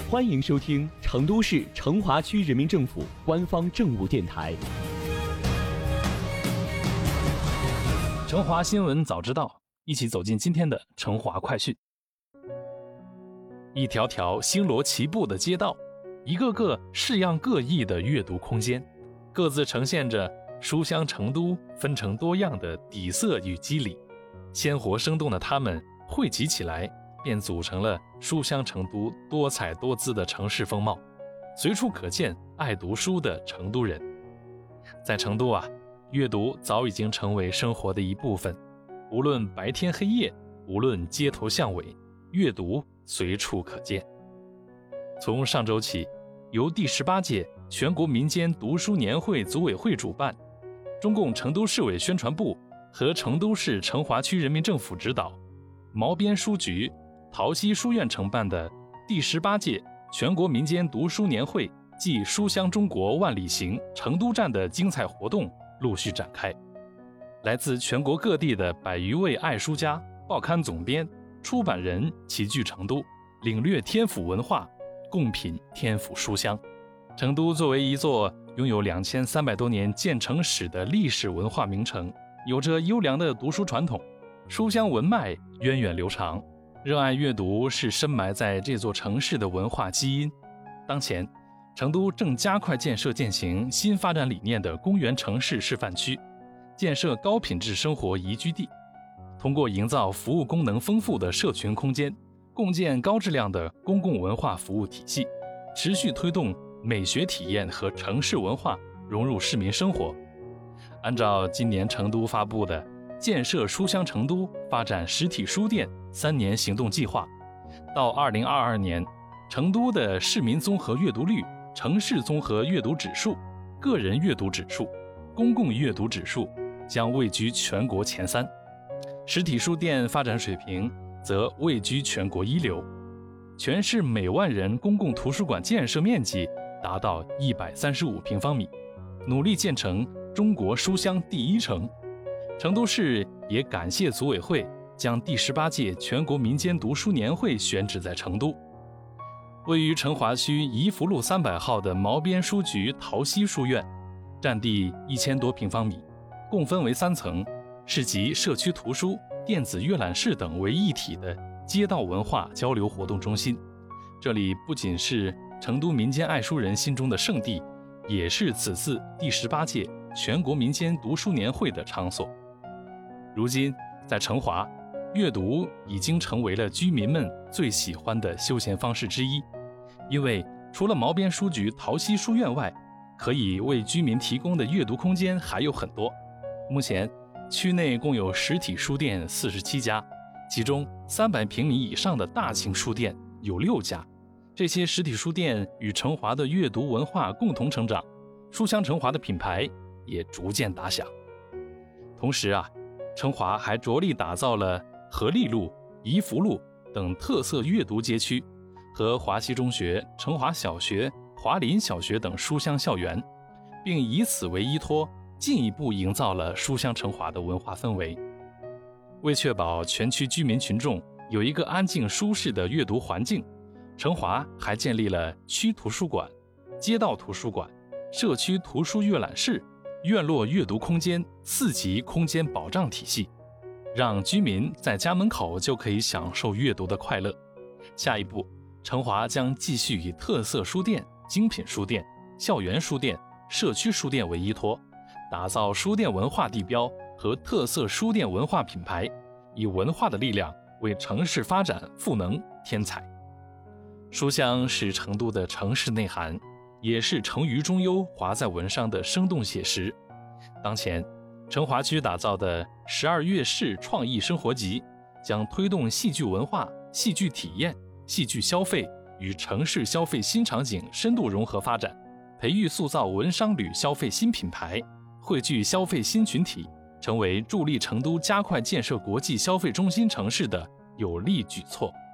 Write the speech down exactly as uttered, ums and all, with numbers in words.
欢迎收听成都市成华区人民政府官方政务电台。 成华新闻早知道，一起走进今天的成华快讯。一条条星罗棋布的街道，一个个式样各异的阅读空间，各自呈现着书香成都纷呈多样的底色与肌理。鲜活生动的它们汇集起来，便组成了书香成都多彩多姿的城市风貌，随处可见爱读书的成都人。在成都啊，阅读早已经成为生活的一部分，无论白天黑夜，无论街头巷尾，阅读随处可见。从上周起，由第十八届全国民间读书年会组委会主办，中共成都市委宣传部和成都市成华区人民政府指导，毛边书局、陶溪书院承办的第十八届全国民间读书年会暨书香中国万里行成都站的精彩活动陆续展开。来自全国各地的百余位爱书家、报刊总编、出版人齐聚成都，领略天府文化，共品天府书香。成都作为一座拥有两千三百多年建成史的历史文化名城，有着优良的读书传统，书香文脉源远流长。热爱阅读是深埋在这座城市的文化基因。当前，成都正加快建设践行新发展理念的公园城市示范区，建设高品质生活宜居地。通过营造服务功能丰富的社群空间，共建高质量的公共文化服务体系，持续推动美学体验和城市文化融入市民生活。按照今年成都发布的建设书香成都发展实体书店三年行动计划，到二零二二年，成都的市民综合阅读率、城市综合阅读指数、个人阅读指数、公共阅读指数将位居全国前三，实体书店发展水平则位居全国一流。全市每万人公共图书馆建设面积达到一百三十五平方米，努力建成中国书香第一城。成都市也感谢组委会将第十八届全国民间读书年会选址在成都。位于成华区怡福路三百号的毛边书局陶溪书院，占地一千多平方米，共分为三层，是集社区图书、电子阅览室等为一体的街道文化交流活动中心。这里不仅是成都民间爱书人心中的圣地，也是此次第十八届全国民间读书年会的场所。如今，在成华，阅读已经成为了居民们最喜欢的休闲方式之一。因为除了毛边书局陶溪书院外，可以为居民提供的阅读空间还有很多。目前，区内共有实体书店四十七家，其中三百平米以上的大型书店有六家。这些实体书店与成华的阅读文化共同成长，书香成华的品牌也逐渐打响。同时啊，成华还着力打造了和利路、怡福路等特色阅读街区，和华西中学、成华小学、华林小学等书香校园，并以此为依托，进一步营造了书香成华的文化氛围。为确保全区居民群众有一个安静舒适的阅读环境，成华还建立了区图书馆、街道图书馆、社区图书阅览室、院落阅读空间四级空间保障体系，让居民在家门口就可以享受阅读的快乐。下一步，成华将继续以特色书店、精品书店、校园书店、社区书店为依托，打造书店文化地标和特色书店文化品牌，以文化的力量为城市发展赋能添彩。书香是成都的城市内涵，也是成渝中优华在文商的生动写实。当前，成华区打造的十二月市创意生活集将推动戏剧文化、戏剧体验、戏剧消费与城市消费新场景深度融合发展，培育塑造文商旅消费新品牌，汇聚消费新群体，成为助力成都加快建设国际消费中心城市的有力举措。